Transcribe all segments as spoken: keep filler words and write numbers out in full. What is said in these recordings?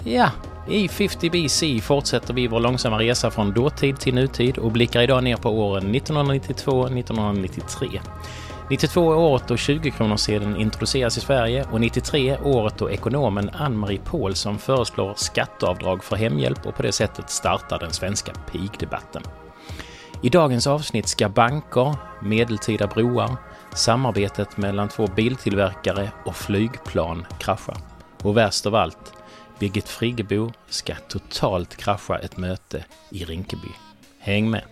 Ja, i femtio B C fortsätter vi vår långsamma resa från dåtid till nutid och blickar idag ner på åren nittonhundranittiotvå till nittonhundranittiotre. nittiotvå är året då tjugo-kronorssedeln introduceras i Sverige och nittiotre är året då ekonomen Ann-Marie Paulsson föreslår skatteavdrag för hemhjälp och på det sättet startar den svenska pigdebatten. I dagens avsnitt ska banker, medeltida broar, samarbetet mellan två biltillverkare och flygplan krascha. Och värst av allt, Birgit Friggebo ska totalt krascha ett möte i Rinkeby. Häng med!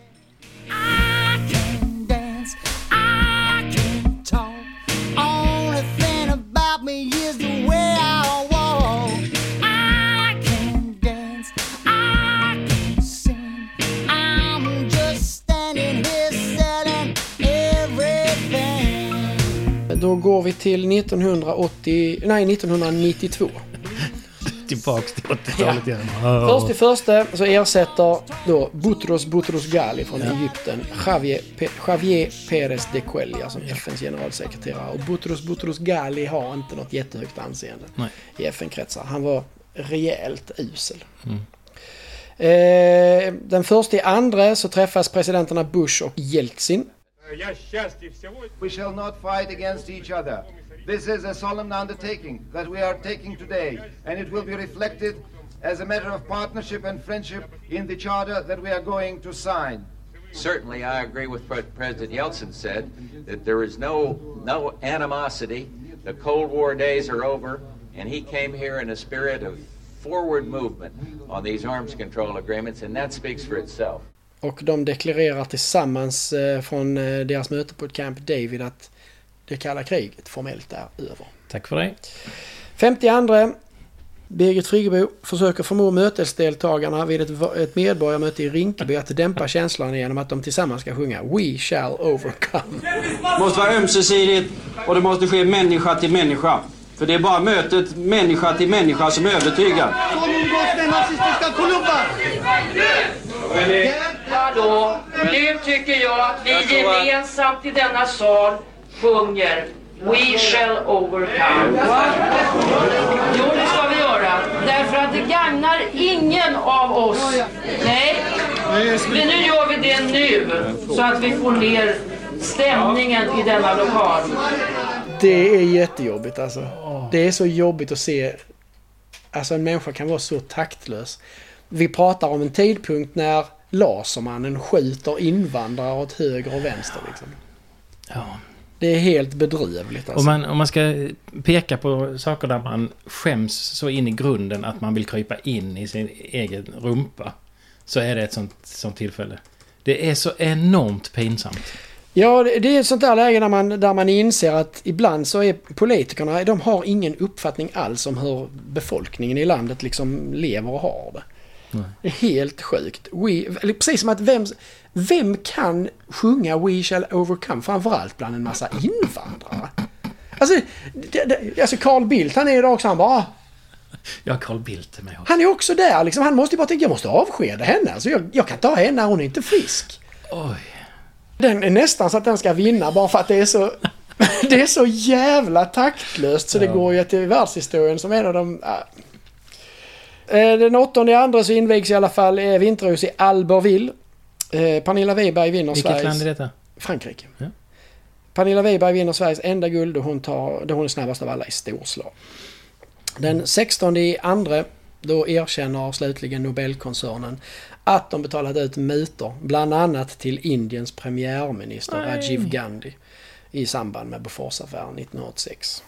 Då går vi till nittonhundraåttio, nej nittonhundranittiotvå. Tillbaks till åttiotalet igen. Ja. Först i första så ersätter då Boutros Boutros Ghali från ja. Egypten Javier, Pe- Javier Pérez de Cuellar som ja. F N:s generalsekreterare. Och Boutros Boutros Ghali har inte något jättehögt anseende nej. I F N-kretsar. Han var rejält usel. Mm. Eh, den första i andra så träffas presidenterna Bush och Yeltsin. We shall not fight against each other. This is a solemn undertaking that we are taking today, and it will be reflected as a matter of partnership and friendship in the charter that we are going to sign. Certainly, I agree with what President Yeltsin said, that there is no no animosity. The Cold War days are over, and he came here in a spirit of forward movement on these arms control agreements, and that speaks for itself. Och de deklarerar tillsammans eh, från eh, deras möte på Camp David att det kalla kriget formellt är över. Tack för det. femtioandra Birgit Friggebo försöker förmå mötesdeltagarna vid ett, ett medborgarmöte i Rinkeby att dämpa känslan genom att de tillsammans ska sjunga We shall overcome. Det måste vara ömsesidigt och det måste ske människa till människa. För det är bara mötet människa till människa som övertygar. Som umgås med nazistiska klubbar! Hallå, nu tycker jag att vi gemensamt i denna sal sjunger We shall overcome. Jo, det ska vi göra. Därför att det gagnar ingen av oss. Nej, men nu gör vi det nu så att vi får ner stämningen i denna lokal. Det är jättejobbigt alltså. Det är så jobbigt att se. Alltså en människa kan vara så taktlös. Vi pratar om en tidpunkt när lasermannen skjuter invandrare åt höger och vänster liksom. Ja. Det är helt bedrövligt alltså. Om man, om man ska peka på saker där man skäms så in i grunden att man vill krypa in i sin egen rumpa, så är det ett sånt, sånt tillfälle. Det är så enormt pinsamt. Ja, det är ett sånt där läge där man, där man inser att ibland så är politikerna, de har ingen uppfattning alls om hur befolkningen i landet liksom lever och har det. Nej. Det är helt sjukt. We, precis som att vem, vem kan sjunga We shall overcome, framförallt bland en massa invandrare. Alltså, det, det, alltså Carl Bildt, han är idag också, han bara... Ja, Carl Bildt är med. Han är också där, liksom, han måste ju bara tänka, jag måste avskeda henne. Alltså, jag, jag kan ta henne, hon är inte frisk. Oj. Den är nästan så att den ska vinna bara för att det är så... det är så jävla taktlöst så ja. Det går ju till världshistorien som en av de... Äh. Den åttonde andra så invigs i alla fall vinterhus i Albertville. Pernilla Wiberg vinner Vilket Sveriges... land är detta? Frankrike. Ja. Pernilla Wiberg vinner Sveriges enda guld och hon, tar, då hon är snabbast av alla i storslag. Den sextonde i andra då erkänner slutligen Nobelkoncernen att de betalat ut mutor, bland annat till Indiens premiärminister Nej. Rajiv Gandhi i samband med Boforsaffären nittonhundraåttiosex.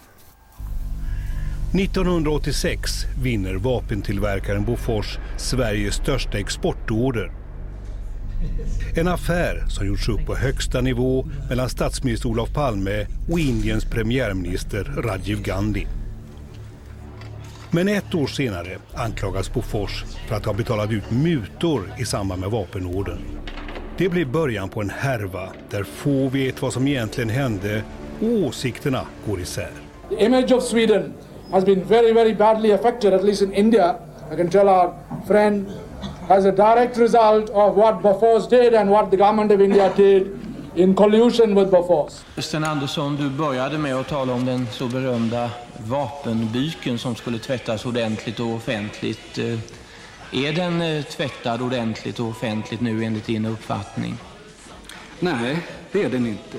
nittonhundraåttiosex vinner vapentillverkaren Bofors Sveriges största exportorder. En affär som gjorts upp på högsta nivå mellan statsminister Olof Palme och Indiens premiärminister Rajiv Gandhi. Men ett år senare anklagas Bofors för att ha betalat ut mutor i samband med vapenordern. Det blir början på en härva där få vet vad som egentligen hände och åsikterna går isär. The image of Sweden has been very, very badly affected, at least in India. I can tell our friend as a direct result of what Bofors did and what the government of India did in collusion with Bofors. Sten Andersson, du började med att tala om den så berömda vapenbyken som skulle tvättas ordentligt och offentligt. Är den tvättad ordentligt och offentligt nu enligt din uppfattning? Nej, det är den inte.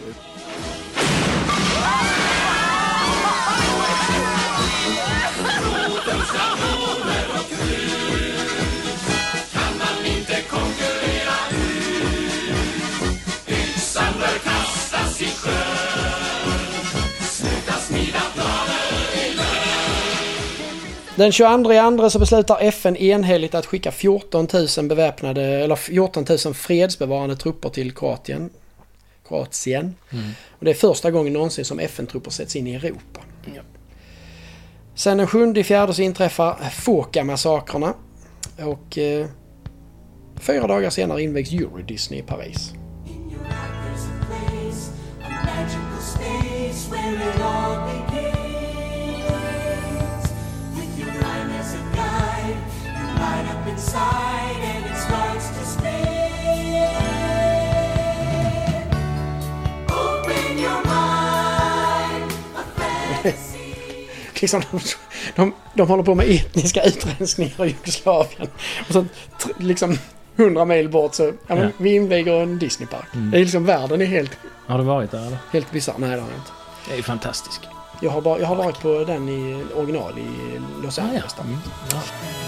Kan man inte konkurrera ut, yxan bör kastas i sjön, sluta smida planer i lön. Den tjugoandra i andra så beslutar F N enhälligt att skicka fjorton tusen beväpnade eller fjorton tusen fredsbevarande trupper till Kroatien. Kroatien. Mm. Och det är första gången någonsin som F N-trupper sätts in i Europa. Ja. Sen den sjunde i fjärde så inträffar Foka-massakrarna och eh, fyra dagar senare invägs Euro Disney i Paris. Liksom de, de, de håller på med etniska utrensningar i Jugoslavien. Och så liksom hundra mil bort så ja, men, ja. Vi inviger en Disneypark. Mm. Det är liksom världen är helt... Har du varit där eller? Helt bisarr. Nej, det har jag inte. Det är ju fantastiskt. Jag har, bara, jag har varit på den i original i Los Angeles. Ah, ja. Mm. Ja.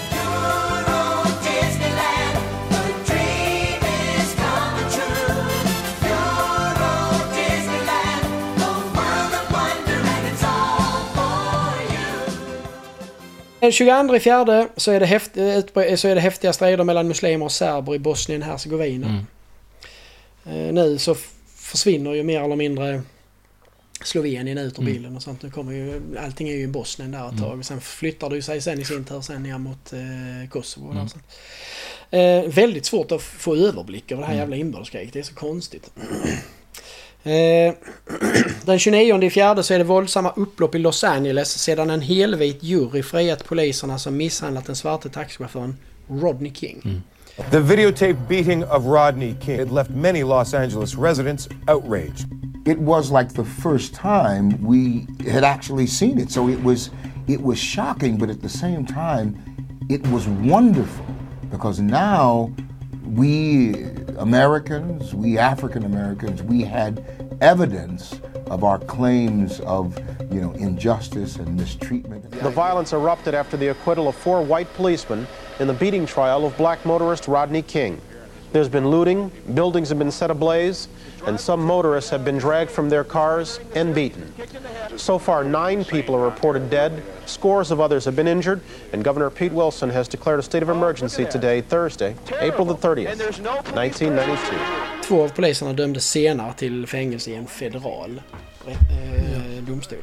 Den tjugoandra i fjärde så är det, häft, så är det häftiga strider mellan muslimer och serber i Bosnien-Hercegovina. Mm. Eh, nu så försvinner ju mer eller mindre Slovenien ut ur bilden och sånt. Nu kommer ju, allting är ju i Bosnien där ett tag. Mm. Sen flyttar det ju sig sen i sin tur sen ner mot eh, Kosovo. Mm. Och eh, väldigt svårt att få överblick över det här jävla inbördeskriget. Det är så konstigt. Eh, den tjugonionde i fjärde så är det våldsamma upplopp i Los Angeles sedan en helvit jury friat poliserna som misshandlat den svarte taxichauffören Rodney King. Mm. The videotape beating of Rodney King had left many Los Angeles residents outraged. It was like the first time we had actually seen it, so it was it was shocking, but at the same time it was wonderful because now we Americans, we African Americans, we had evidence of our claims of, you know, injustice and mistreatment. The violence erupted after the acquittal of four white policemen in the beating trial of black motorist Rodney King. There's been looting, buildings have been set ablaze, and some motorists have been dragged from their cars and beaten. So far, nine people are reported dead, scores of others have been injured, and Governor Pete Wilson has declared a state of emergency today, Thursday, April the thirtieth, nineteen ninety-two. Två av poliserna dömdes senare till fängelse i en federal eh, domstol.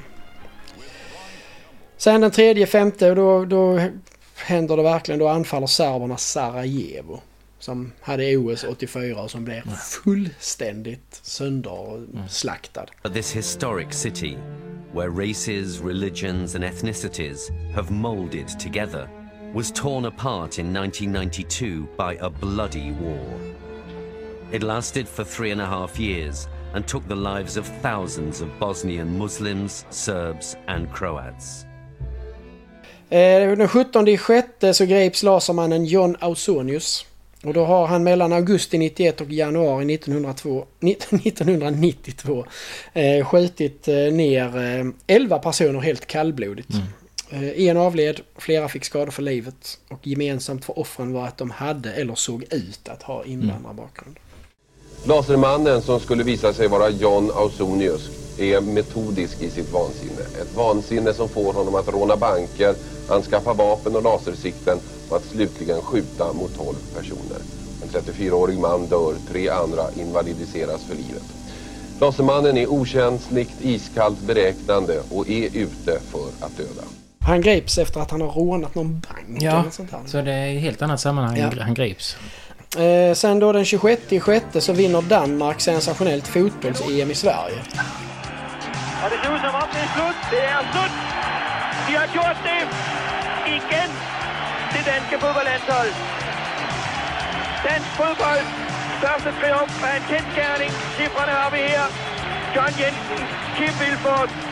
Sen den tredje, femte, då, då händer det verkligen, då anfaller serberna Sarajevo. Som hade O S åttiofyra och som blev fullständigt sönderslaktad. This historic city, where races, religions and ethnicities have molded together, was torn apart in nineteen ninety-two by a bloody war. It lasted for three and a half years and took the lives of thousands of Bosnian Muslims, Serbs and Croats. Den sjuttonde i sjätte så greps lasermannen John Ausonius. Och då har han mellan augusti nittioett och januari nittonhundranittiotvå eh, skjutit eh, ner eh, elva personer helt kallblodigt. Mm. Eh, en avled, flera fick skador för livet och gemensamt för offren var att de hade eller såg ut att ha invandrarbakgrund. Mm. Lasermannen som skulle visa sig vara John Ausonius är metodisk i sitt vansinne. Ett vansinne som får honom att råna banker, anskaffa vapen och lasersikten och att slutligen skjuta mot tolv personer. En trettiofyraårig man dör, tre andra invalidiseras för livet. Lasermannen är okänsligt, iskallt beräknande och är ute för att döda. Han grips efter att han har rånat någon bank. Ja, eller sånt här. Så det är ett helt annat sammanhang ja. Han grips. Eh, sen då den tjugosjätte i sjätte så vinner Danmark sensationellt fotbolls-E M i Sverige. Och det ser ut som om det är slut. Det är slut. De har gjort det igen. Det danske fodboldlandshold. Dansk fodbold. Største triumf er en kendsgerning. Siffrene har vi her. John Jensen, Kim Vilfort,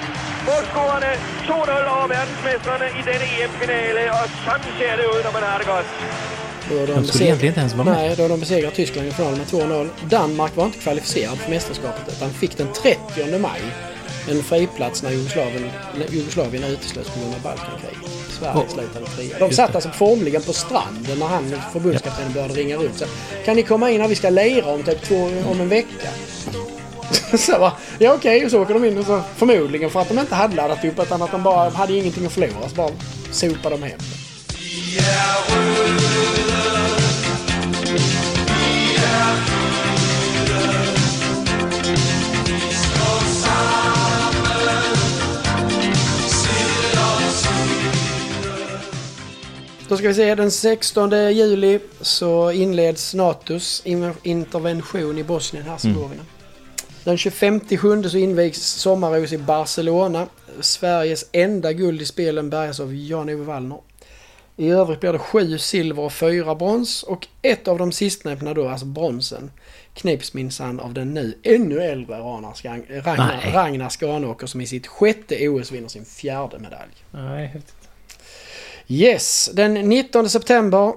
Målscorerne to nul over verdensmestrene i denne E M-finale, og sådan ser det ud, når man har det godt. Då de, de skulle egentligen inte ens vara med. Nej, då de besegrar Tyskland i finalen med två noll. Danmark var inte kvalificerad för mästerskapet utan fick den trettionde maj en friplats när Jugoslavien, Jugoslavien uteslöts på grund av Balkankriget. Sverige oh. slutade trea. De satt alltså formligen på stranden när han, förbundskaptenen, började ringa runt. Så, kan ni komma in när vi ska lira om typ två, om en vecka? Så va, ja okej, och så åker de in och så förmodligen för att de inte hade laddat upp utan att de bara hade ingenting att förlora, så bara sopade de hem. Då ska vi se, den sextonde juli så inleds NATOs intervention i Bosnien-Hercegovina. Mm. Den tjugofemte sjunde så invigs sommarros i Barcelona. Sveriges enda guld i spelen bärgas av Jan-Ove Wallner. I övrigt blir det sju silver och fyra brons. Och ett av de sistnämnda då, alltså bronsen, knips minsann av den nu ännu äldre Ragnar, Ragnar, Ragnar Skanåker som i sitt sjätte O S vinner sin fjärde medalj. Nej, häftigt. Yes, den nittonde september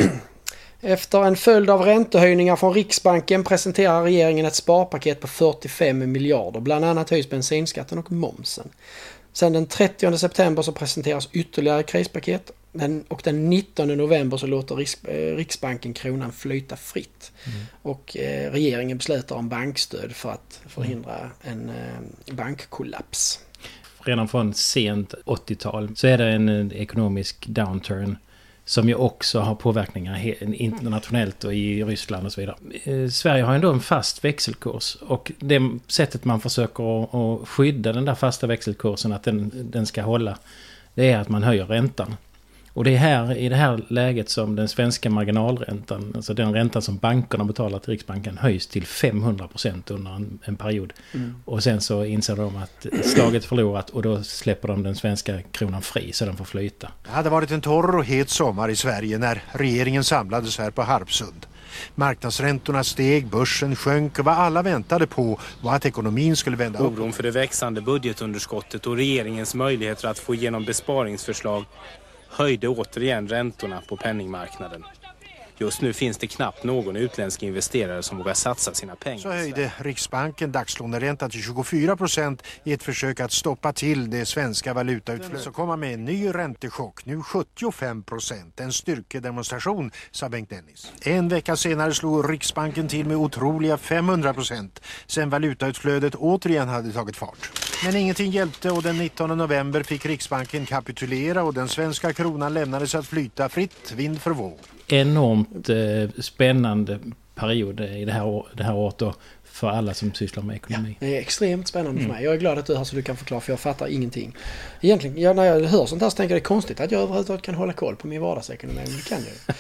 efter en följd av räntehöjningar från Riksbanken presenterar regeringen ett sparpaket på fyrtiofem miljarder. Bland annat höjs bensinskatten och momsen. Sen den trettionde september så presenteras ytterligare krispaket. Den, och den nittonde november så låter Riks, eh, Riksbanken kronan flyta fritt. Mm. Och eh, regeringen beslutar om bankstöd för att förhindra en eh, bankkollaps. Redan från sent åttiotal så är det en ekonomisk downturn som ju också har påverkningar internationellt och i Ryssland och så vidare. Sverige har ändå en fast växelkurs och det sättet man försöker att skydda den där fasta växelkursen, att den, den ska hålla, det är att man höjer räntan. Och det är här, i det här läget som den svenska marginalräntan, alltså den räntan som bankerna betalar till Riksbanken, höjs till femhundra procent under en, en period. Mm. Och sen så inser de att slaget är förlorat och då släpper de den svenska kronan fri så den får flyta. Det hade varit en torr och het sommar i Sverige när regeringen samlades här på Harpsund. Marknadsräntorna steg, börsen sjönk och vad alla väntade på var att ekonomin skulle vända upp. Oron för det växande budgetunderskottet och regeringens möjligheter att få igenom besparingsförslag höjde återigen räntorna på penningmarknaden. Just nu finns det knappt någon utländsk investerare som vågar satsa sina pengar. Så höjde Riksbanken dagslåneräntan till tjugofyra procent i ett försök att stoppa till det svenska valutautflödet. Så kommer med en ny räntechock, nu sjuttiofem procent. En styrkedemonstration, sa Bengt Dennis. En vecka senare slog Riksbanken till med otroliga femhundra procent. Sen valutautflödet återigen hade tagit fart. Men ingenting hjälpte och den nittonde november fick Riksbanken kapitulera och den svenska kronan lämnades att flyta fritt vind för våg. Enormt eh, spännande period i det här, det här året då, för alla som sysslar med ekonomi. Ja, det är extremt spännande mm. för mig. Jag är glad att du har så du kan förklara, för jag fattar ingenting. Egentligen, ja, när jag hör sånt här så tänker jag det är konstigt att jag överhuvudtaget kan hålla koll på min vardagsekonomi, men det kan jag ju.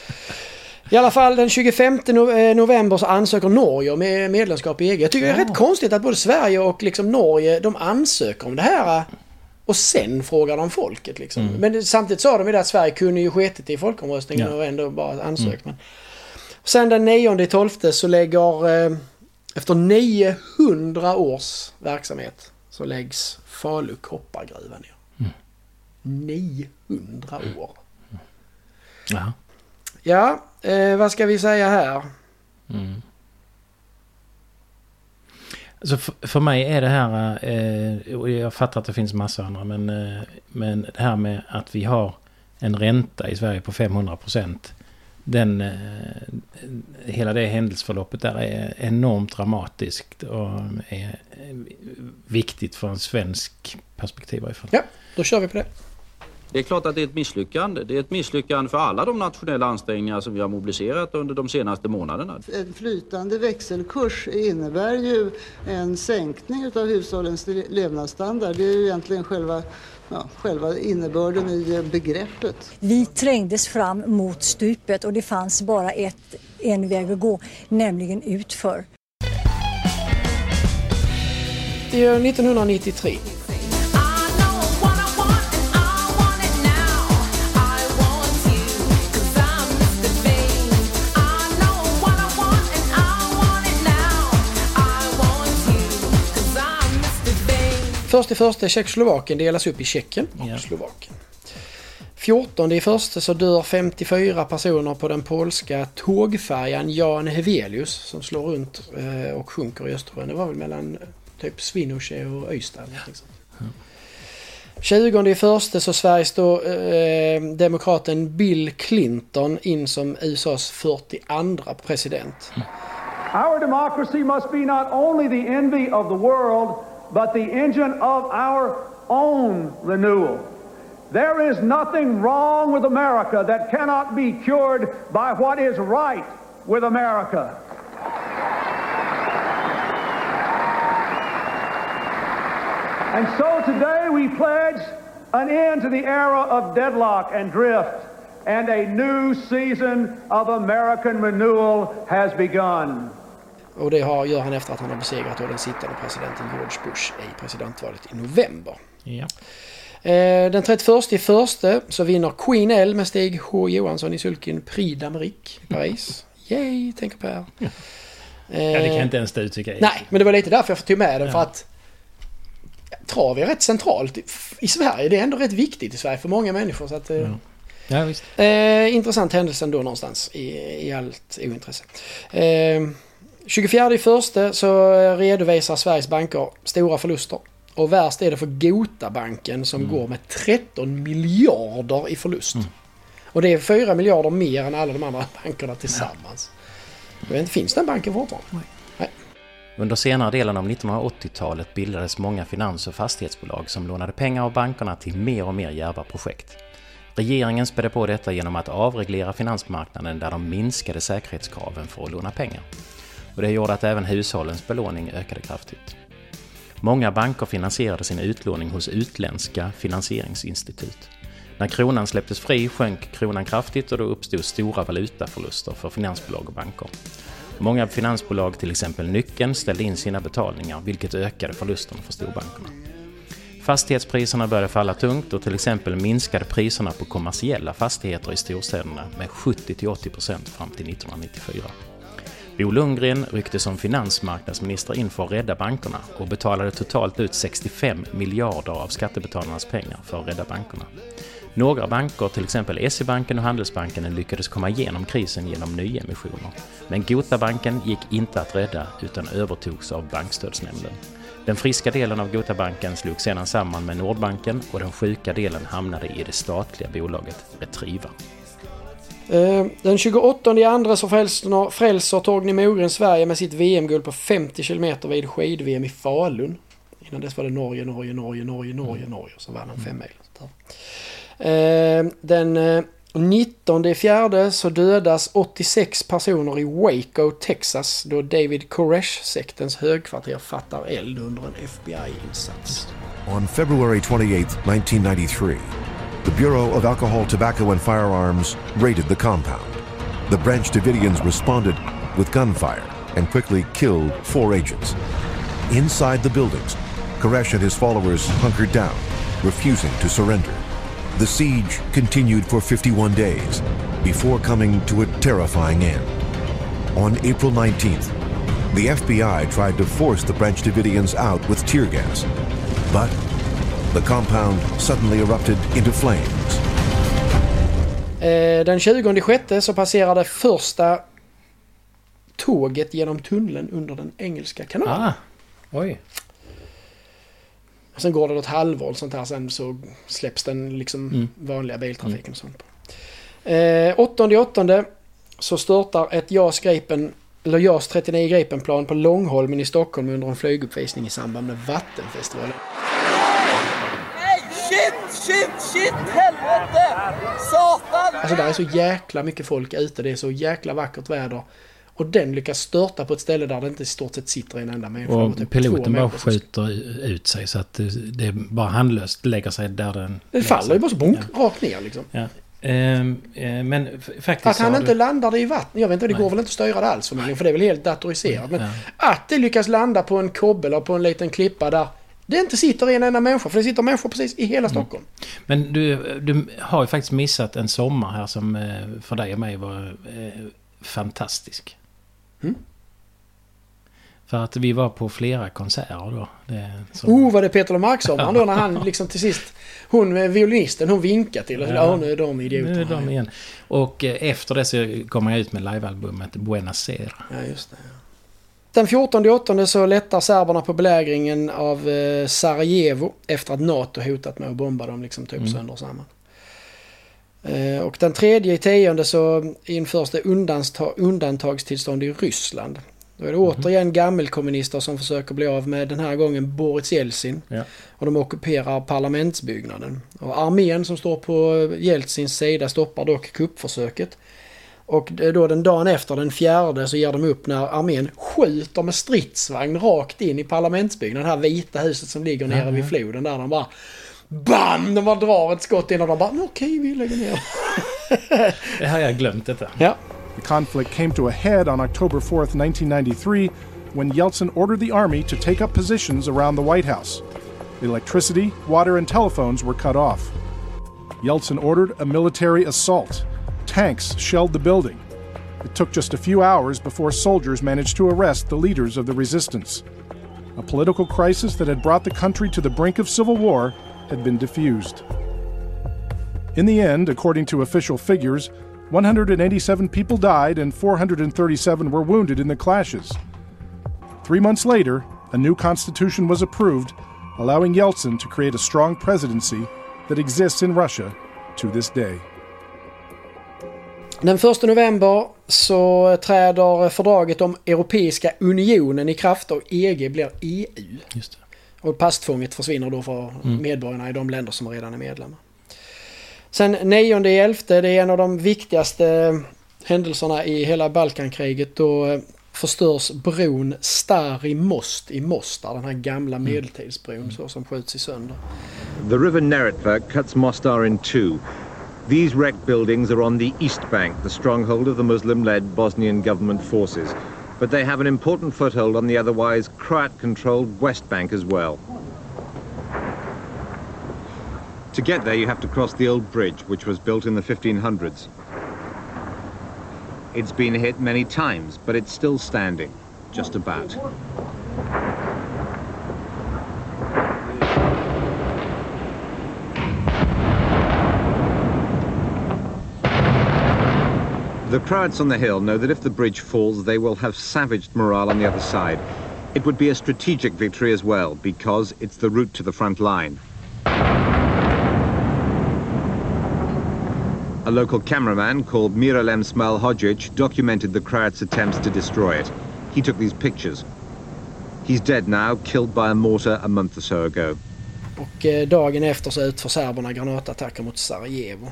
I alla fall den tjugofemte november så ansöker Norge om medlemskap i E G. Jag tycker ja. det är rätt konstigt att både Sverige och liksom Norge, de ansöker om det här och sen frågar de folket liksom. Mm. Men samtidigt sa de ju att Sverige kunde ju sketit i folkomröstningen ja. och ändå bara ansökt. Mm. Men sen den nionde tolfte så lägger eh, efter niohundra års verksamhet så läggs Falu koppargruva ner. Mm. niohundra år. Mm. Ja. Ja, eh, vad ska vi säga här? Mm. Alltså för, för mig är det här, eh, och jag fattar att det finns massa andra, men, eh, men det här med att vi har en ränta i Sverige på femhundra procent, den, eh, hela det händelseförloppet där är enormt dramatiskt och är viktigt för en svensk perspektiv. Ja, då kör vi på det. Det är klart att det är ett misslyckande. Det är ett misslyckande för alla de nationella ansträngningar som vi har mobiliserat under de senaste månaderna. En flytande växelkurs innebär ju en sänkning av hushållens levnadsstandard. Det är ju egentligen själva, ja, själva innebörden i begreppet. Vi trängdes fram mot stupet och det fanns bara ett, en väg att gå, nämligen utför. Det är nittonhundranittiotre. Först i första Tjeckoslovakien delas upp i Tjeckien och Ja. Slovakien. fjortonde i första så dör femtiofyra personer på den polska tågfärjan Jan Hevelius som slår runt eh, och sjunker i Östersjön. Det var väl mellan typ Swinoujscie och Ystad. Mm. tjugonde i första så Sveriges då eh, demokraten Bill Clinton in som U S A:s fyrtioandra president. Our democracy must be not only the envy of the world, but the engine of our own renewal. There is nothing wrong with America that cannot be cured by what is right with America. And so today we pledge an end to the era of deadlock and drift, and a new season of American renewal has begun. Och det har, gör han efter att han har besegrat den sittande presidenten George Bush i presidentvalet i november. Ja. Eh, den trettioförsta i första så vinner Queen L med Stig H. Johansson i sulken Prix d'Amérique i Paris. Yay, tänker på här. Ja. Eh, ja, det kan jag inte ens du tycka. Nej, men det var lite därför jag tog med den. Ja. För att trav är rätt centralt i Sverige. Det är ändå rätt viktigt i Sverige för många människor. Så att, eh, Ja. Ja, visst. Eh, intressant händelse då någonstans i, i allt ointresse. Eh, tjugofjärde i första så redovisar Sveriges banker stora förluster. Och värst är det för Gotabanken som mm. går med tretton miljarder i förlust. Mm. Och det är fyra miljarder mer än alla de andra bankerna tillsammans. Ja. Jag vet inte, finns den banken fortfarande? Nej. Nej. Under senare delen av nittonhundraåttiotalet bildades många finans- och fastighetsbolag som lånade pengar av bankerna till mer och mer djärva projekt. Regeringen spädde på detta genom att avreglera finansmarknaden där de minskade säkerhetskraven för att låna pengar. Och det gjorde att även hushållens belåning ökade kraftigt. Många banker finansierade sin utlåning hos utländska finansieringsinstitut. När kronan släpptes fri sjönk kronan kraftigt och då uppstod stora valutaförluster för finansbolag och banker. Många finansbolag, till exempel Nyckeln, ställde in sina betalningar vilket ökade förlusterna för storbankerna. Fastighetspriserna började falla tungt och till exempel minskade priserna på kommersiella fastigheter i storstäderna med sjuttio till åttio procent fram till nittonhundranittiofyra. Bo Lundgren ryckte som finansmarknadsminister in för att rädda bankerna och betalade totalt ut sextiofem miljarder av skattebetalarnas pengar för att rädda bankerna. Några banker, till exempel S E-banken och Handelsbanken, lyckades komma igenom krisen genom nyemissioner. Men Gotabanken gick inte att rädda utan övertogs av bankstödsnämnden. Den friska delen av Gotabanken slog sedan samman med Nordbanken och den sjuka delen hamnade i det statliga bolaget Retriva. Den tjugoåttonde i andra så frälser, frälser Torgny Mogren Sverige med sitt V M-guld på femtio kilometer vid skid-V M i Falun. Innan dess var det Norge, Norge, Norge, Norge, Norge, Norge. Så vann han fem mil. Den nittonde i fjärde så dödas åttiosex personer i Waco, Texas då David Koresh-sektens högkvarter fattar eld under en F B I-insats. On February twenty-eighth, nineteen ninety-three, the Bureau of Alcohol, Tobacco and Firearms raided the compound. The Branch Davidians responded with gunfire and quickly killed four agents. Inside the buildings, Koresh and his followers hunkered down, refusing to surrender. The siege continued for fifty-one days before coming to a terrifying end. On April nineteenth, the F B I tried to force the Branch Davidians out with tear gas, but the compound suddenly erupted into flames. Den tjugonde sjätte så passerade första tåget genom tunneln under den engelska kanalen. Ah, oj. Sen går det ett halvår och sånt här, sen så släpps den liksom Mm. vanliga biltrafiken och sånt på. Eh, åttonde åttonde så startar ett JAS Gripen, eller JAS trettionio Gripenplan på Långholmen i Stockholm under en flyguppvisning i samband med Vattenfestivalen. Nej, shit, shit, shit, helvete! Satan! Alltså där är så jäkla mycket folk ute, det är så jäkla vackert väder. Och den lyckas störta på ett ställe där det inte i stort sett sitter en enda människa. Och typ piloten bara skjuter ut sig så att det, det bara handlöst lägger sig där den... Det faller ju bara så bonk, ja. Rakt ner liksom. Ja. Ehm, eh, men f- faktiskt... Att han har inte du... landade i vatten, jag vet inte, det Nej. går väl inte att styra det alls förmodligen, för det är väl helt datoriserat. Men Ja. att det lyckas landa på en kobbel och på en liten klippa där det inte sitter en enda människa, för det sitter människor precis i hela Stockholm. Mm. Men du, du har ju faktiskt missat en sommar här som eh, för dig och mig var eh, fantastisk. Mm. För att vi var på flera konserter då. Det, så... Oh, var det Peter Lemark-sommaren då när han liksom till sist, hon violinisten, hon vinkade till och ja, oh, nu är de idioterna. Nu är de igen. Och efter det så kom jag ut med livealbumet Buenos Aires. Ja, just det. Den fjortonde åttonde så lättar serberna på belägringen av eh, Sarajevo efter att NATO hotat med att bomba dem liksom typ mm. sönder samman. Eh, och den tredje i tionde så införs det undantag, undantagstillstånd i Ryssland. Då är det mm. återigen gammelkommunister som försöker bli av med den här gången Boris Jeltsin. Ja. Och de ockuperar parlamentsbyggnaden. Och armén som står på Jeltsins sida stoppar dock kuppförsöket. Och då den dagen efter, den fjärde, så ger de upp när armén skjuter med stridsvagn rakt in i parlamentsbyggnaden. Det här vita huset som ligger nere mm. vid floden där de bara BAM! De bara drar ett skott in och de bara okej, okay, vi lägger ner. Det har jag glömt detta. Ja. The conflict came to a head on October fourth, nineteen ninety-three, when Yeltsin ordered the army to take up positions around the White House. Electricity, water and telephones were cut off. Yeltsin ordered a military assault. Tanks shelled the building. It took just a few hours before soldiers managed to arrest the leaders of the resistance. A political crisis that had brought the country to the brink of civil war had been diffused. In the end, according to official figures, one hundred eighty-seven people died and four hundred thirty-seven were wounded in the clashes. Three months later, a new constitution was approved, allowing Yeltsin to create a strong presidency that exists in Russia to this day. Den första november så träder fördraget om Europeiska unionen i kraft och E G blir E U. Just det. Och passtvånget försvinner då för mm. medborgarna i de länder som redan är medlemmar. Sen nionde elfte, det är en av de viktigaste händelserna i hela Balkankriget. Då förstörs bron Stari Most i Mostar, den här gamla medeltidsbron mm. så som skjuts i sönder. The river Neretva cuts Mostar in two. These wrecked buildings are on the east bank, the stronghold of the Muslim-led Bosnian government forces. But they have an important foothold on the otherwise Croat-controlled west bank as well. To get there you have to cross the old bridge, which was built in the fifteen hundreds. It's been hit many times, but it's still standing, just about. The Croats on the hill know that if the bridge falls, they will have savaged morale on the other side. It would be a strategic victory as well, because it's the route to the front line. A local cameraman called Miralem Smalhodzic documented the Croats' attempts to destroy it. He took these pictures. He's dead now, killed by a mortar a month or so ago. Och eh, dagen efter så utför serberna granatattacker mot Sarajevo.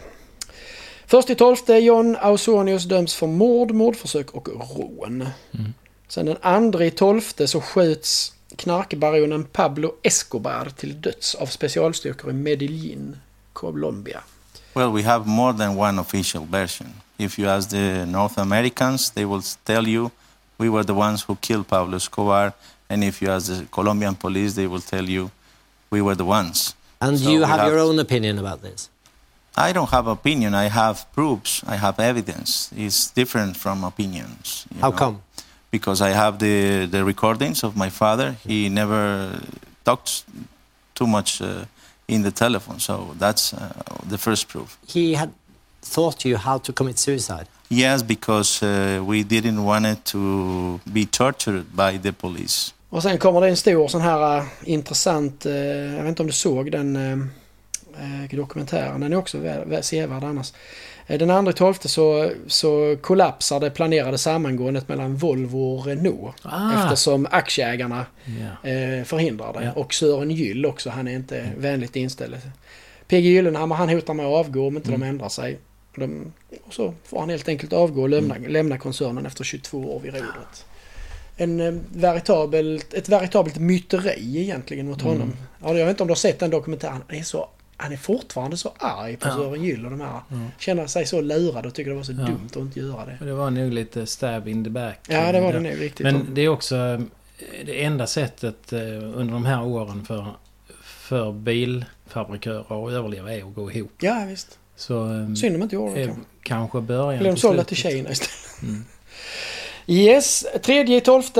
Först i tolfte, John Ausonius döms för mord, mordförsök och rån. Mm. Sen den andra i tolfte så skjuts knarkbaronen Pablo Escobar till döds av specialstyrkor i Medellin, Colombia. Well, we have more than one official version. If you ask the North Americans, they will tell you we were the ones who killed Pablo Escobar. And if you ask the Colombian police, they will tell you we were the ones. And so you have, have your own opinion about this? I don't have opinion. I have proofs. I have evidence. It's different from opinions. How know? come? Because I have the, the recordings of my father. He never talked too much uh, in the telephone. So that's uh, the first proof. He had taught you how to commit suicide? Yes, because uh, we didn't want it to be tortured by the police. Och sen kommer det en stor sån här uh, intressant, uh, jag vet inte om du såg den uh, dokumentären, den är också sevärd annars. Den andra tolfte så, så kollapsar det planerade sammangåendet mellan Volvo och Renault ah. eftersom aktieägarna yeah. eh, förhindrar det. Yeah. Och Sören Gyll också, han är inte mm. vänligt inställd. P G Gyllenhammar, han hotar med att avgå om inte mm. de ändrar sig. De, och så får han helt enkelt avgå och lämna, mm. lämna koncernen efter tjugotvå år vid rodret. En eh, veritabelt, ett veritabelt myteri egentligen mot honom. Mm. Ja, jag vet inte om du har sett den dokumentären. Det är så Han är fortfarande så arg på ja. Sören Gyll och de här. Ja. Känner sig så lurad och tycker det var så ja. dumt att inte göra det. Det var nog lite stab in the back. Ja, det var det nog riktigt. Men det är också det enda sättet under de här åren för, för bilfabrikörer att överleva är att gå ihop. Ja, visst. Så, synd om inte gjorde det. Kanske början. Eller de sålda till Kina istället. Mm. Yes, tredje i tolfte.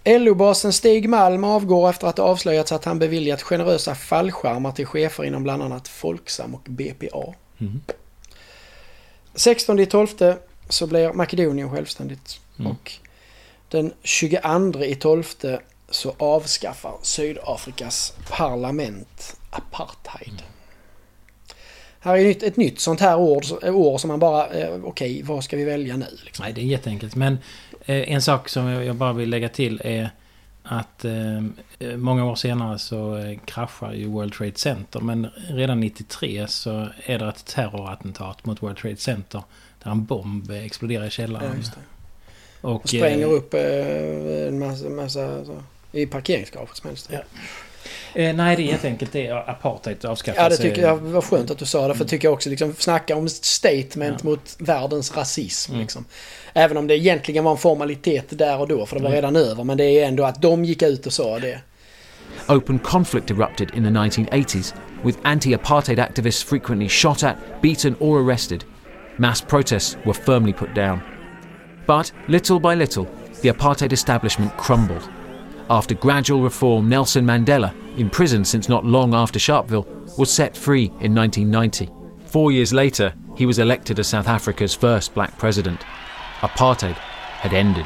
L O-basen Stig Malm avgår efter att det avslöjats att han beviljat generösa fallskärmar till chefer inom bland annat Folksam och B P A. Mm. sextonde tolfte så blir Makedonien självständigt. Mm. Och den tjugoandra tolfte så avskaffar Sydafrikas parlament apartheid. Mm. Här är ett, ett nytt sånt här ord, år som man bara, eh, okej, okay, vad ska vi välja nu? Liksom? Nej, det är jätteenkelt. Men eh, en sak som jag bara vill lägga till är att eh, många år senare så eh, kraschar ju World Trade Center. Men redan nittiotre så är det ett terrorattentat mot World Trade Center där en bomb exploderar i källaren. Ja, just det. Och, och spränger eh, upp eh, en massa, massa så, i parkeringsgaraget som helst. Ja. Eh, nej, det är helt enkelt det är apartheid avskaffas. Ja, det tycker jag var skönt att du sa det. För tycker jag också liksom snacka om statement ja. mot världens rasism. Mm. Liksom. Även om det egentligen var en formalitet där och då, för det var redan mm. över. Men det är ändå att de gick ut och sa det. Open conflict erupted in the nineteen eighties, with anti-apartheid activists frequently shot at, beaten or arrested. Mass protests were firmly put down. But, little by little, the apartheid establishment crumbled. After gradual reform, Nelson Mandela, imprisoned since not long after Sharpeville, was set free in nineteen ninety. Four years later, he was elected as South Africa's first black president. Apartheid had ended.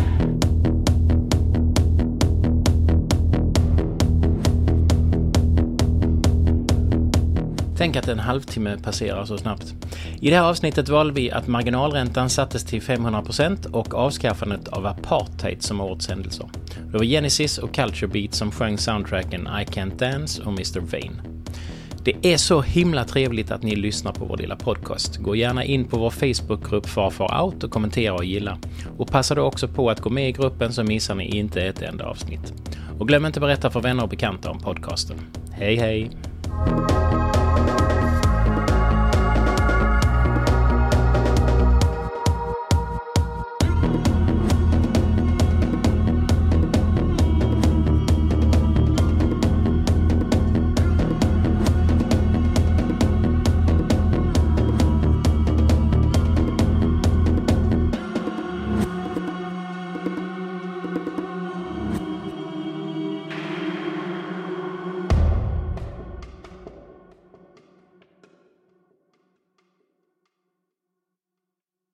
Tänk att en halvtimme passerar så snabbt. I det här avsnittet valde vi att marginalräntan sattes till femhundra procent och avskaffandet av apartheid som årets händelser. Det var Genesis och Culture Beat som sjöng soundtracken I Can't Dance och mister Vain. Det är så himla trevligt att ni lyssnar på vår lilla podcast. Gå gärna in på vår Facebookgrupp Far Far Out och kommentera och gilla. Och passa då också på att gå med i gruppen så missar ni inte ett enda avsnitt. Och glöm inte berätta för vänner och bekanta om podcasten. Hej hej!